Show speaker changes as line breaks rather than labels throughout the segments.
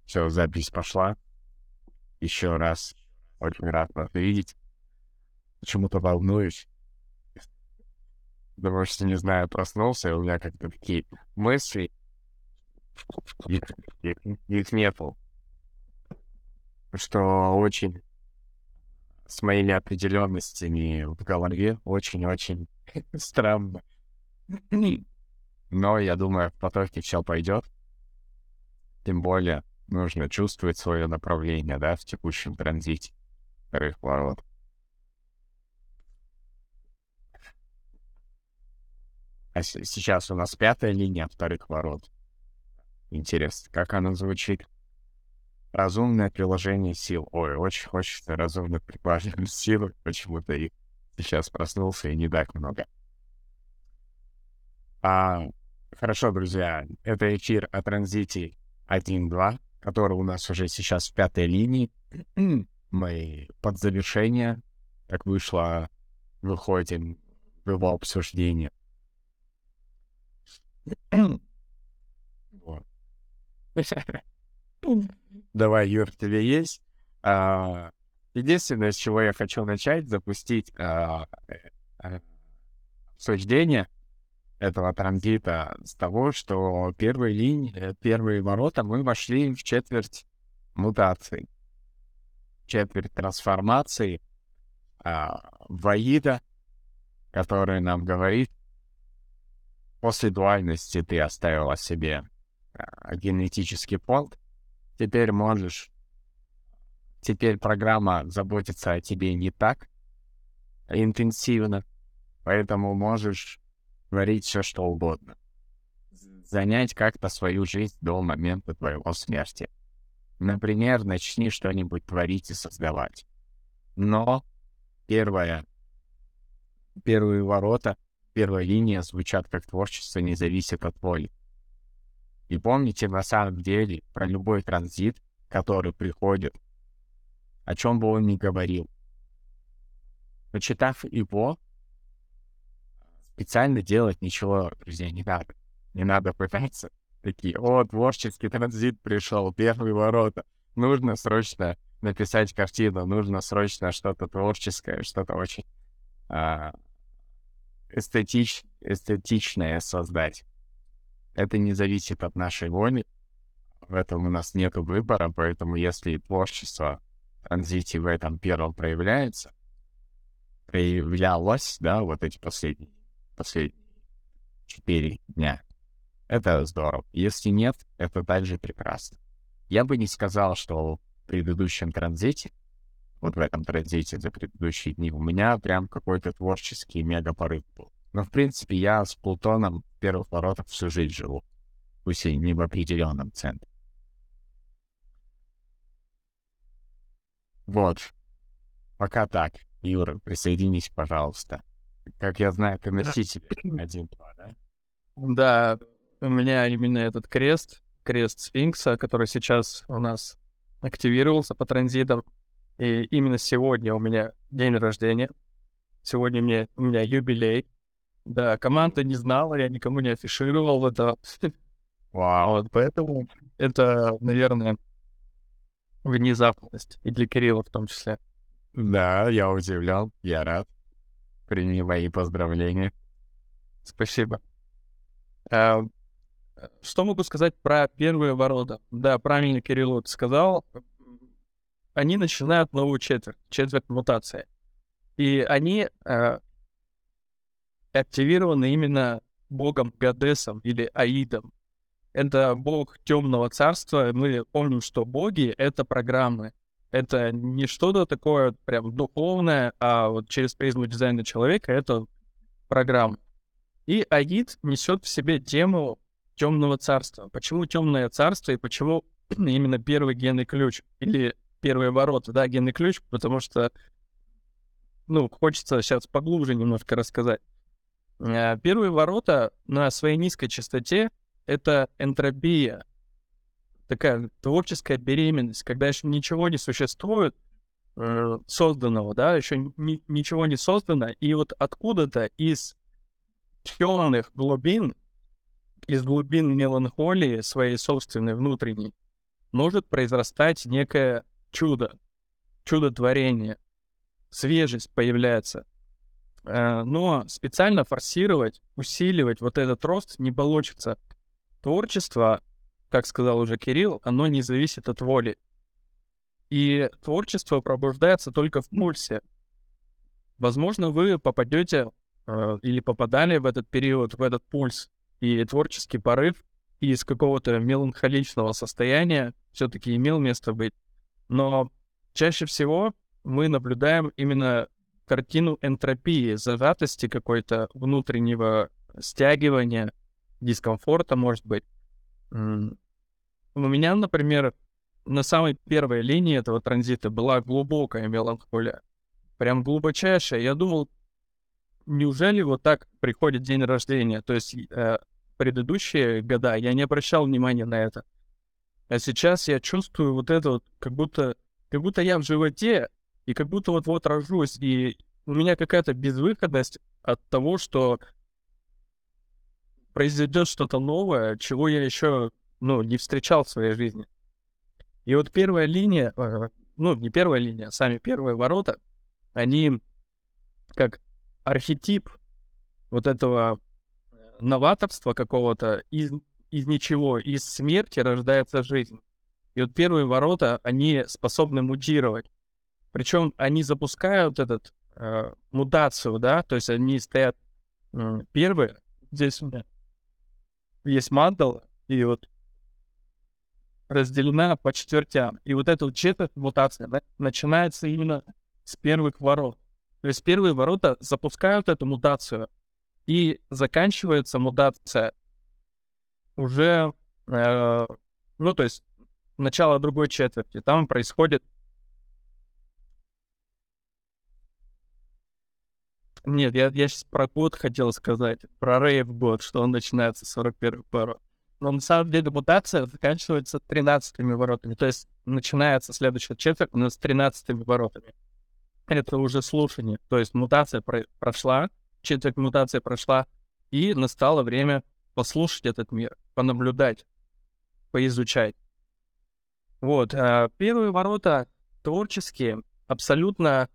Все, запись пошла. Еще раз. Очень рад вас видеть. Почему-то волнуюсь. Потому что, не знаю, проснулся, и у меня как-то такие мысли. Их, их нету. Что очень с моими определенностями в голове очень-очень странно. Но я думаю, в потоке все пойдет. Тем более нужно чувствовать свое направление, да, в текущем транзите вторых ворот. А сейчас у нас 5-я линия вторых ворот. Интересно, как она звучит? Разумное приложение сил. Ой, очень хочется разумных приложений сил. Почему-то их сейчас проснулся и не так много. Хорошо, друзья. Это эфир о транзите 1-2, который у нас уже сейчас в 5-й линии. Мы под завершение, как вышло, выходим в его обсуждение. Вот. Давай, Юр, тебе есть? Единственное, с чего я хочу начать, запустить обсуждение этого транзита с того, что первые ворота мы вошли в четверть мутации, четверть трансформации Ваида, который нам говорит, после дуальности ты оставила себе генетический пункт, теперь программа заботится о тебе не так интенсивно, поэтому можешь творить все, что угодно. Занять как-то свою жизнь до момента твоего смерти. Например, начни что-нибудь творить и создавать. Но первые ворота, первая линия звучат как творчество, не зависит от воли. И помните, на самом деле, про любой транзит, который приходит, о чем бы он ни говорил, почитав его, специально делать ничего, друзья, не надо. Не надо пытаться. Такие, творческий транзит пришел, первые ворота. Нужно срочно написать картину, нужно срочно что-то творческое, что-то очень эстетичное создать. Это не зависит от нашей воли. В этом у нас нет выбора, поэтому если творчество в транзите в этом первом проявлялось, да, вот эти последние 4 дня, это здорово. Если нет, это также прекрасно. Я бы не сказал, что в предыдущем транзите, вот в этом транзите за предыдущие дни, у меня прям какой-то творческий мега-порыв был. Но, в принципе, я с Плутоном в первых воротах всю жизнь живу, пусть и не в определенном центре. Вот. Пока так. Юра, присоединись, пожалуйста. Как я знаю, ты носитель 1-2, да?
Да, у меня именно этот крест Сфинкса, который сейчас у нас активировался по транзитам. И именно сегодня у меня день рождения. Сегодня у меня юбилей. Да, команда не знала, я никому не афишировал это.
Вау.
Вот, поэтому это, наверное, внезапность. И для Кирилла в том числе.
Да, я удивлен, я рад. Прими мои поздравления.
Спасибо. Что могу сказать про первые ворота? Да, правильно Кирилл сказал. Они начинают новую четверть мутации. И они активированы именно богом Гадесом или Аидом. Это бог темного царства. Мы помним, что боги — это программы. Это не что-то такое прям духовное, а вот через призму дизайна человека это программа. И Аид несет в себе тему темного царства. Почему темное царство и почему именно первый генный ключ или первые ворота, да, генный ключ, потому что, хочется сейчас поглубже немножко рассказать. Первые ворота на своей низкой частоте — это энтропия, такая творческая беременность, когда еще ничего не существует созданного, да, еще ничего не создано, и вот откуда-то из темных глубин, из глубин меланхолии своей собственной внутренней, может произрастать некое чудотворение, свежесть появляется. Но специально форсировать, усиливать вот этот рост не получится. Творчество, как сказал уже Кирилл, оно не зависит от воли. И творчество пробуждается только в пульсе. Возможно, вы попадете или попадали в этот период, в этот пульс, и творческий порыв из какого-то меланхоличного состояния все-таки имел место быть. Но чаще всего мы наблюдаем именно картину энтропии, зажатости какой-то, внутреннего стягивания, дискомфорта, может быть. У меня, например, на самой первой линии этого транзита была глубокая меланхолия. Прям глубочайшая. Я думал, неужели вот так приходит день рождения? То есть предыдущие года я не обращал внимания на это. А сейчас я чувствую вот это вот, как будто я в животе, и как будто вот-вот рожусь, и у меня какая-то безвыходность от того, что произойдет что-то новое, чего я еще, не встречал в своей жизни. И вот первая линия, не первая линия, а сами первые ворота, они как архетип вот этого новаторства какого-то из ничего, из смерти рождается жизнь. И вот первые ворота, они способны мутировать. Причем они запускают мутацию, да, то есть они стоят первые. Здесь у меня есть мандала, и вот разделена по четвертям. И вот эта вот четверть мутация начинается именно с первых ворот. То есть первые ворота запускают эту мутацию, и заканчивается мутация уже, то есть начало другой четверти. Там происходит... Нет, я сейчас про год хотел сказать, про рейв-год, что он начинается с 41-х ворот. Но на самом деле мутация заканчивается 13-ми воротами. То есть начинается следующая четверть у нас с 13-ми воротами. Это уже слушание. То есть мутация прошла, четверть мутации прошла, и настало время послушать этот мир, понаблюдать, поизучать. Вот. Первые ворота творческие, абсолютно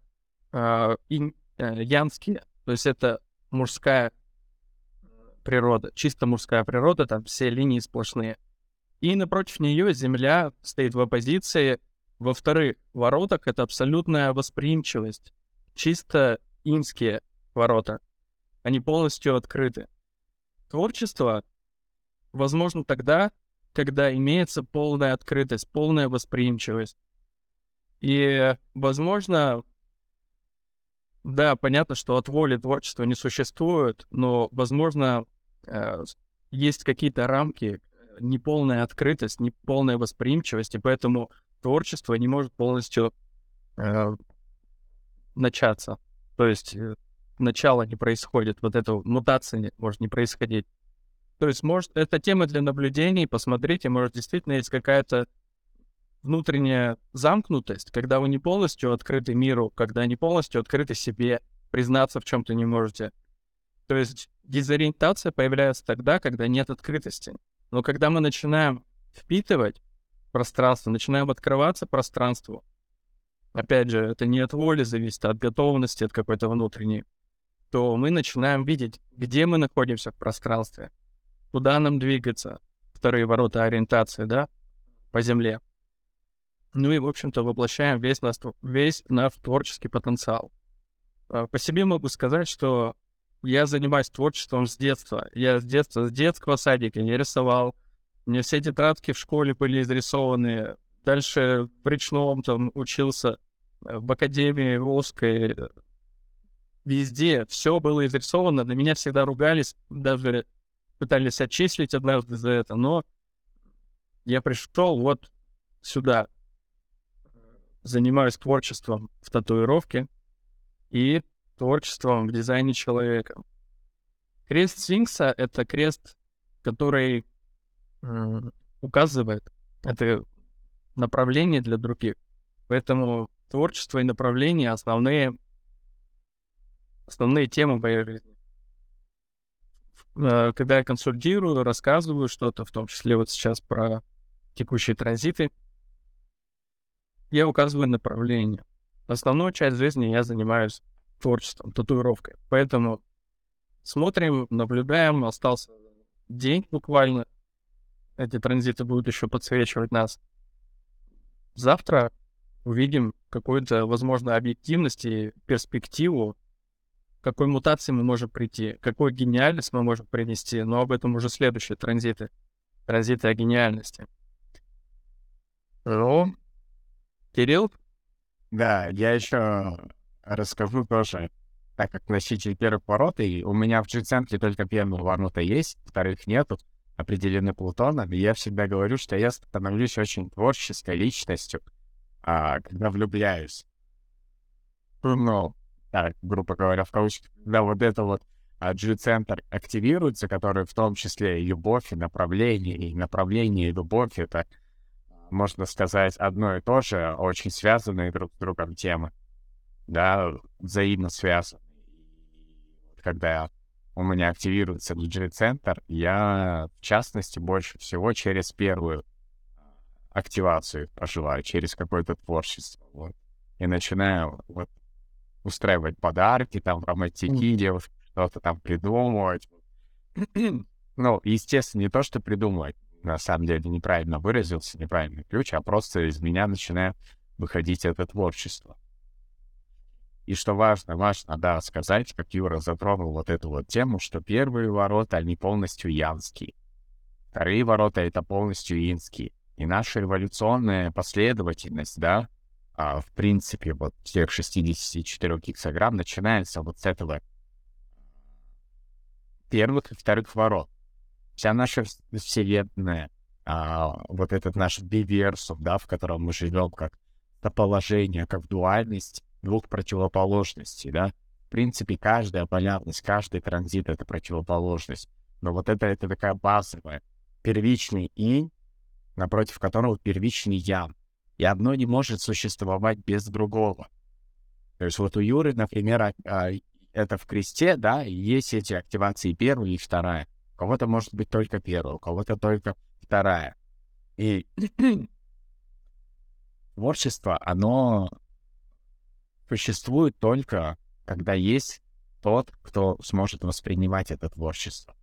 янские. То есть это мужская природа, чисто мужская природа, там все линии сплошные. И напротив нее Земля стоит в оппозиции. Во вторых воротах это абсолютная восприимчивость. Чисто инские ворота. Они полностью открыты. Творчество возможно тогда, когда имеется полная открытость, полная восприимчивость. И, возможно, да, понятно, что от воли творчества не существует, но, возможно, есть какие-то рамки, неполная открытость, неполная восприимчивость, и поэтому творчество не может полностью начаться. То есть начало не происходит, вот эта мутация может не происходить. То есть, может, это тема для наблюдений, посмотрите, может, действительно есть какая-то внутренняя замкнутость, когда вы не полностью открыты миру, когда не полностью открыты себе, признаться в чем-то не можете. То есть дезориентация появляется тогда, когда нет открытости. Но когда мы начинаем впитывать пространство, начинаем открываться пространству, опять же, это не от воли зависит, а от готовности, от какой-то внутренней, то мы начинаем видеть, где мы находимся в пространстве, куда нам двигаться, вторые ворота ориентации, да, по земле. Ну и, в общем-то, воплощаем весь наш творческий потенциал. По себе могу сказать, что я занимаюсь творчеством с детства. Я с детского садика я рисовал. У меня все тетрадки в школе были изрисованы. Дальше в речном там учился, в академии русской. Везде все было изрисовано. На меня всегда ругались, даже пытались отчислить однажды за это. Но я пришел вот сюда. Занимаюсь творчеством в татуировке и творчеством в дизайне человека. Крест Сфинкса — это крест, который указывает это направление для других. Поэтому творчество и направление — основные темы моей жизни. Когда я консультирую, рассказываю что-то, в том числе вот сейчас про текущие транзиты, я указываю направление. Основную часть жизни я занимаюсь творчеством, татуировкой. Поэтому смотрим, наблюдаем. Остался день буквально. Эти транзиты будут еще подсвечивать нас. Завтра увидим какую-то, возможно, объективность и перспективу, к какой мутации мы можем прийти, какую гениальность мы можем принести. Но об этом уже следующие транзиты. Транзиты о гениальности. Ну, Кирилл?
Да, я еще расскажу тоже, так как носитель первых ворот, и у меня в G-центре только первые ворота есть, вторых нету, определены Плутоном, и я всегда говорю, что я становлюсь очень творческой личностью, когда влюбляюсь. Ну, так, грубо говоря, в кавычках, когда вот это вот G-центр активируется, который в том числе и любовь, и направление, и любовь — это, можно сказать, одно и то же, очень связанные друг с другом темы, да, взаимно связаны. Когда у меня активируется G-центр, я, в частности, больше всего через первую активацию проживаю, через какое-то творчество, вот. И начинаю вот устраивать подарки, там, романтики, девушке что-то там придумывать. Ну, естественно, не то, что придумывать, на самом деле неправильно выразился, неправильный ключ, а просто из меня начинает выходить это творчество. И что важно, да, сказать, как Юра затронул вот эту вот тему, что первые ворота, они полностью янские. Вторые ворота — это полностью инские. И наша эволюционная последовательность, да, в принципе, вот всех 64 гексаграмм начинается вот с этого первых и вторых ворот. Вся наша вселенная, вот этот наш биверсум, да, в котором мы живем, как тоположение, как дуальность двух противоположностей, да. В принципе, каждая полярность, каждый транзит — это противоположность. Но вот это такая базовая. Первичный инь, напротив которого первичный ян. И одно не может существовать без другого. То есть вот у Юры, например, это в кресте, да, и есть эти активации первая и вторая. У кого-то может быть только первая, у кого-то только вторая. И творчество, оно существует только, когда есть тот, кто сможет воспринимать это творчество.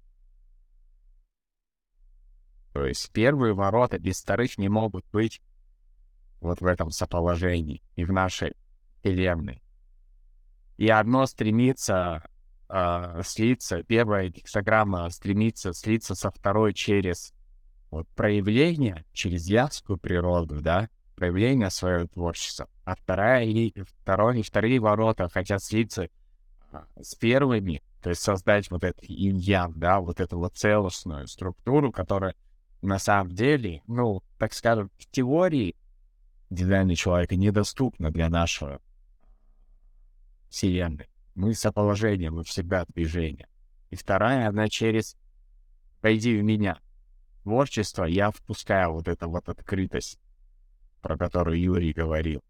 То есть первые ворота без вторых не могут быть вот в этом соположении и в нашей вселенной. И одно стремится слиться, первая гексаграмма стремится слиться со второй через вот проявление, через янскую природу, да, проявление своего творчества. А вторые ворота хотят слиться с первыми, то есть создать вот этот инь-ян, да, вот эту вот целостную структуру, которая на самом деле, ну, так скажем, в теории дизайна человека недоступна для нашего вселенной. Мы соположение, мы всегда движение. И вторая, она через «пойди в меня». Творчество, я впускаю вот эту вот открытость, про которую Юрий говорил.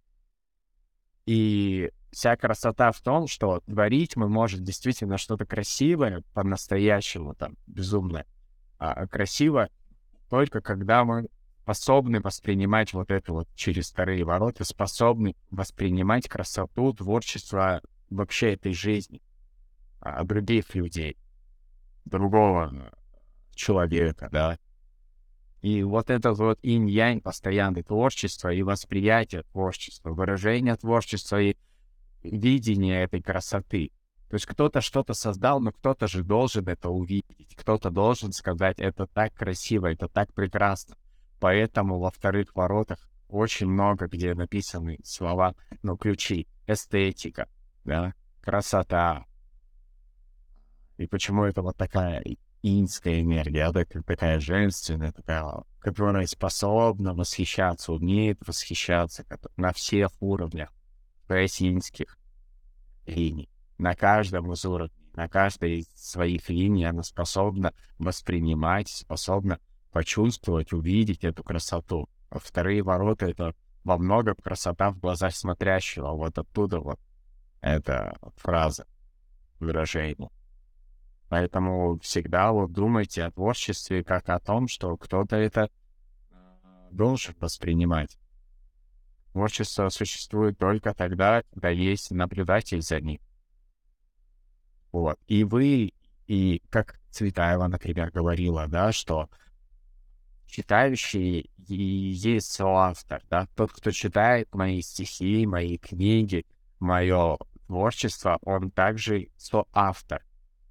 И вся красота в том, что творить мы можем действительно что-то красивое, по-настоящему там, безумно красиво, только когда мы способны воспринимать вот это вот через вторые ворота, способны воспринимать красоту, творчество вообще этой жизни, других людей, другого человека, да. И вот это вот инь-янь, постоянное творчество и восприятие творчества, выражение творчества и видение этой красоты. То есть кто-то что-то создал, но кто-то же должен это увидеть, кто-то должен сказать, это так красиво, это так прекрасно. Поэтому во вторых воротах очень много где написаны слова, ну, ключи, эстетика, да, красота. И почему это вот такая инская энергия, да, такая женственная, такая, которая способна восхищаться, умеет восхищаться на всех уровнях инских линий. На каждом из уровней, на каждой из своих линий она способна воспринимать, способна почувствовать, увидеть эту красоту. А вторые ворота — это во многом красота в глазах смотрящего. Вот оттуда вот эта фраза, выражение. Поэтому всегда вот думайте о творчестве как о том, что кто-то это должен воспринимать. Творчество существует только тогда, когда есть наблюдатель за ним. Вот. И вы, и как Цветаева, например, говорила, да, что читающий и есть соавтор, да, тот, кто читает мои стихи, мои книги, мое творчество, он также соавтор.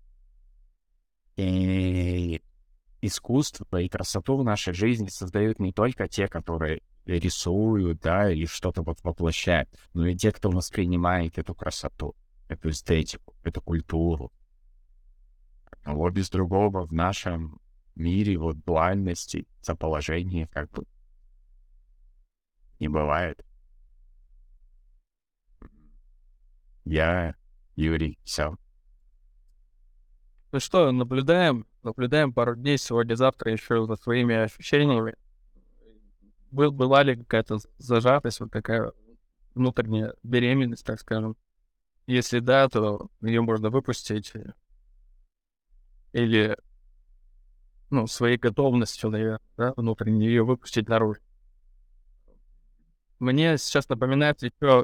И искусство и красоту в нашей жизни создают не только те, которые рисуют, да, или что-то вот воплощают, но и те, кто воспринимает эту красоту, эту эстетику, эту культуру. Одного без другого в нашем мире, вот дуальности, соположении как бы не бывает. Я Юрий, все.
Ну что, наблюдаем пару дней, сегодня-завтра еще за своими ощущениями. Была ли какая-то зажатость, вот такая внутренняя беременность, так скажем? Если да, то ее можно выпустить. Или, ну, своей готовностью, наверное, да, внутренне ее выпустить наружу. Мне сейчас напоминает еще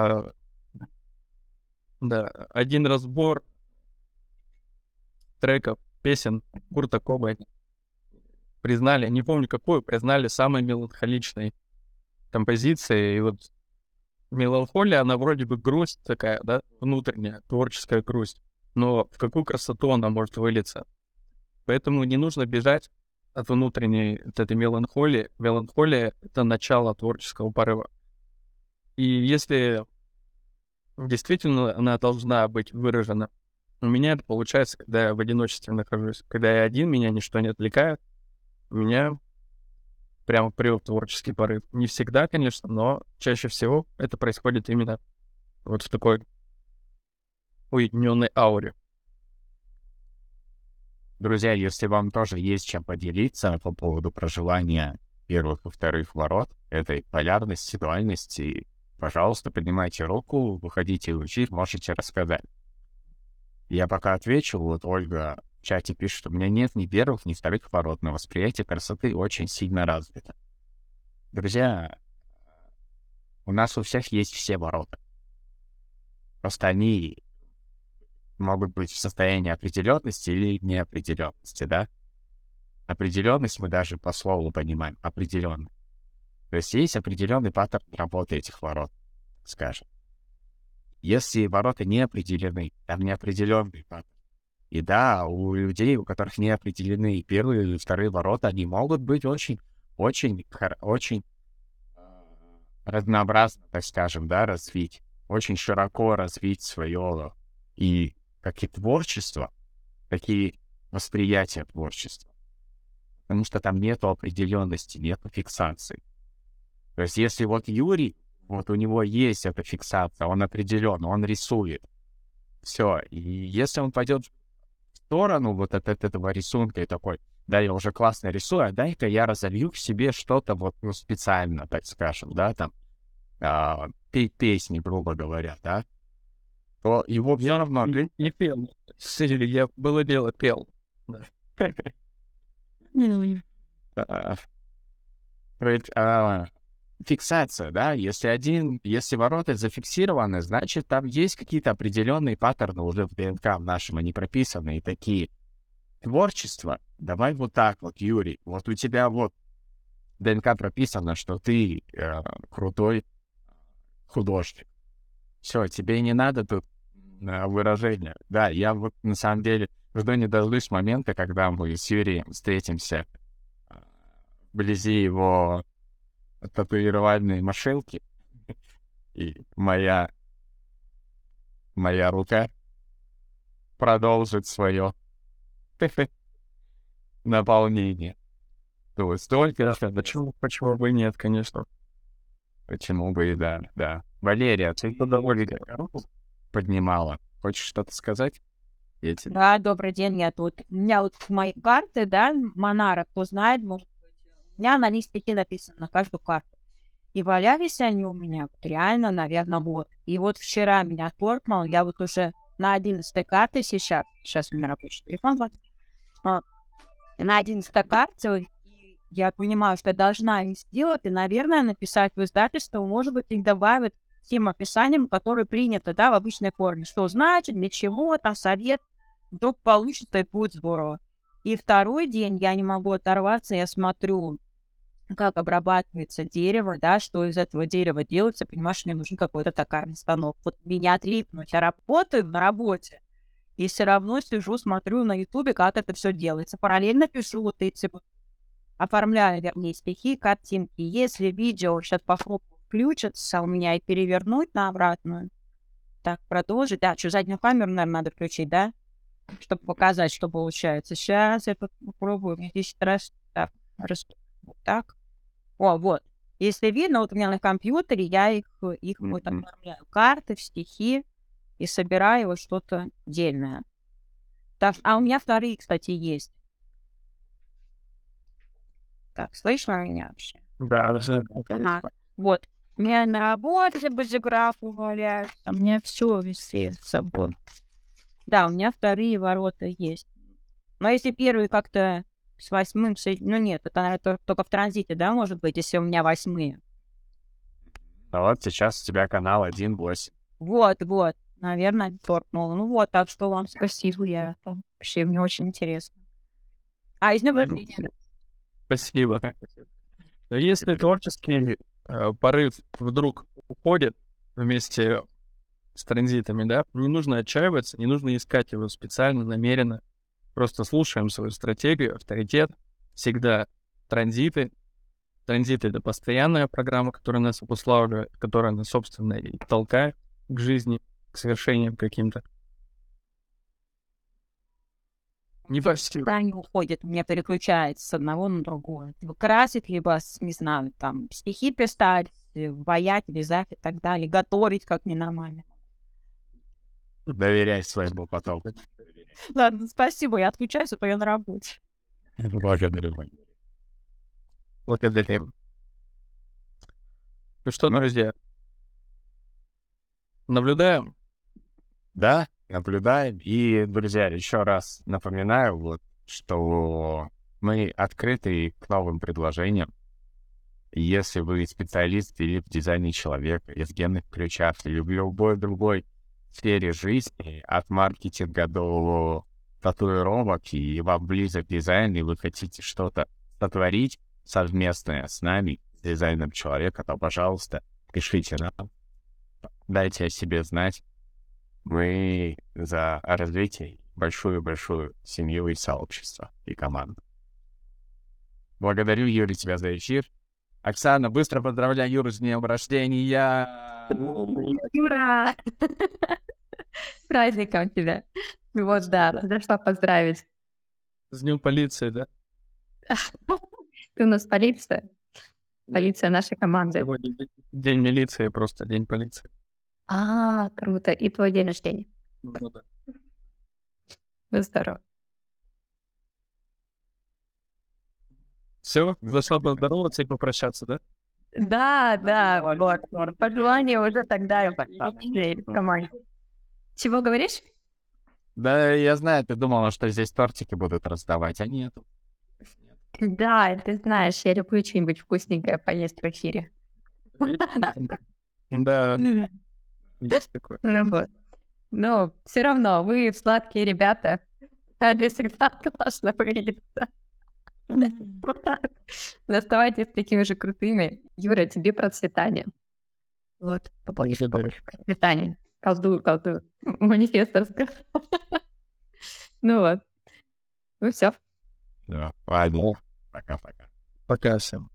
да, один разбор треков, песен Курта Кобейна. Признали, не помню какую, признали самой меланхоличной композицией. И вот меланхолия, она вроде бы грусть такая, да, внутренняя, творческая грусть. Но в какую красоту она может вылиться? Поэтому не нужно бежать от внутренней вот этой меланхолии. Меланхолия — это начало творческого порыва. И если действительно она должна быть выражена, у меня это получается, когда я в одиночестве нахожусь. Когда я один, меня ничто не отвлекает, у меня прямо прет творческий порыв. Не всегда, конечно, но чаще всего это происходит именно вот в такой уединенной ауре.
Друзья, если вам тоже есть чем поделиться по поводу проживания первых и вторых ворот, этой полярности, дуальности, пожалуйста, поднимайте руку, выходите в эфир, можете рассказать. Я пока отвечу, вот Ольга в чате пишет, что у меня нет ни первых, ни вторых ворот, но восприятие красоты очень сильно развито. Друзья, у нас у всех есть все ворота. Просто они могут быть в состоянии определенности или неопределенности, да? Определенность мы даже по слову понимаем, определенный. То есть определенный паттерн работы этих ворот, скажем. Если ворота не определены, там неопределенный паттерн. И да, у людей, у которых не определены первые или вторые ворота, они могут быть очень разнообразно, так скажем, да, развить, очень широко развить свое и как и творчество, такие восприятия творчества. Потому что там нету определенности, нету фиксации. То есть если вот Юрий, вот у него есть эта фиксация, он определен, он рисует. Все. И если он пойдет в сторону вот от этого рисунка и такой, да, я уже классно рисую, а дай-ка я разолью в себе что-то вот, ну, специально, так скажем, да, там, песни, грубо говоря, да, то его все равно...
Не пел. Я было дело, пел. Да.
Фиксация, да, если ворота зафиксированы, значит, там есть какие-то определенные паттерны уже в ДНК в нашем, они прописаны, и такие. Творчество, давай вот так вот, Юрий, вот у тебя вот ДНК прописано, что ты крутой художник. Все, тебе не надо тут выражения. Да, я вот на самом деле жду не дождусь момента, когда мы с Юрием встретимся вблизи его татуировальной машинки, и моя рука продолжит свое наполнение. То есть только...
Почему бы и нет, конечно.
Почему бы и да. Валерия, ты туда руку поднимала. Хочешь что-то сказать?
Да, добрый день, я тут. У меня вот мои карты, да, Монара, кто знает, может быть, у меня на листике написано на каждую карту. И валялись они у меня вот реально, наверное, год. И вот вчера меня торкнул, я вот уже на 11 карте сейчас у меня рабочий телефон, на 11 карте, и я понимаю, что я должна их сделать, и, наверное, написать в издательство, может быть, их добавят тем описанием, которое принято, да, в обычной форме. Что значит, для чего, там, совет. Вдруг получится, и будет здорово. И второй день я не могу оторваться, я смотрю, как обрабатывается дерево, да, что из этого дерева делается, понимаешь, мне нужен какой-то токарный станок. Вот меня отлипнуть, я работаю на работе, и все равно сижу, смотрю на Ютубе, как это все делается. Параллельно пишу вот эти вот, оформляю, вернее, стихи, картинки. Если видео сейчас попробую включится у меня и перевернуть на обратную, так, продолжить. Да, что, заднюю камеру, наверное, надо включить, да? Чтобы показать, что получается. Сейчас я попробую. Мне 10 раз так, вот так. О, вот. Если видно, вот у меня на компьютере я их вот оформляю. Карты, стихи и собираю вот что-то отдельное. Так, а у меня вторые, кстати, есть. Так, слышно меня вообще?
Да,
Ага. Вот. У меня на работе базиграфы валяются. У меня все висит с собой. Да, у меня вторые ворота есть. Но если первые как-то с 8, ну нет, это, наверное, только в транзите, да, может быть, если у меня 8.
А вот сейчас у тебя канал 1.8.
Вот, наверное, торкнула. Ну вот, так что вам спасибо, я вообще, мне очень интересно. А из днём рождения.
Спасибо. Но если творческий порыв вдруг уходит вместе с транзитами, да, не нужно отчаиваться, не нужно искать его специально, намеренно. Просто слушаем свою стратегию, авторитет. Всегда транзиты. Транзиты — это постоянная программа, которая нас обуславливает, которая нас, собственно, и толкает к жизни, к совершениям каким-то. Не во всем.
Никуда не уходит, у меня переключается с одного на другое. Либо красить, либо, не знаю, там, стихи писать, ваять, вязать и так далее. Готовить как ненормально.
Доверяй своему потоку.
Ладно, спасибо, я отключаюсь, а то я на работе.
Благодарю.
Благодарим. Ну что, друзья, наблюдаем.
Да, наблюдаем. И, друзья, еще раз напоминаю, вот, что мы открыты к новым предложениям. Если вы специалист или в дизайне человека, или в генных ключах, или в любой другой сфере жизни, от маркетинга до татуировок, и вам близок дизайн, и вы хотите что-то сотворить совместное с нами, с дизайном человека, то, пожалуйста, пишите нам, дайте о себе знать. Мы за развитие большую-большую семью и сообщество, и команду. Благодарю, Юрий, тебя за эфир. Оксана, быстро поздравляю Юру с днем рождения!
Ура! С праздником тебя. Вот, да, зашла поздравить.
С днем полиции, да?
Ты у нас полиция. Полиция нашей команды.
Сегодня день милиции, просто день полиции.
А, круто. И твой день рождения.
Ну да.
Будь здоров.
Все, зашла поздороваться и попрощаться, да?
Да, вот. Пожелание уже тогда и в команде. Чего говоришь?
Да, я знаю, ты думала, что здесь тортики будут раздавать, а нет.
Да, ты знаешь, я люблю что-нибудь вкусненькое поесть в эфире.
Да, есть такое.
Ну вот. Но все равно вы сладкие ребята. Это всегда классно выглядит. Оставайтесь такими же крутыми. Юра, тебе процветание. Вот, побольше процветания. Колдую. Манифесторская. Ну вот. Ну все.
Да, ладно. Пока-пока.
Пока всем.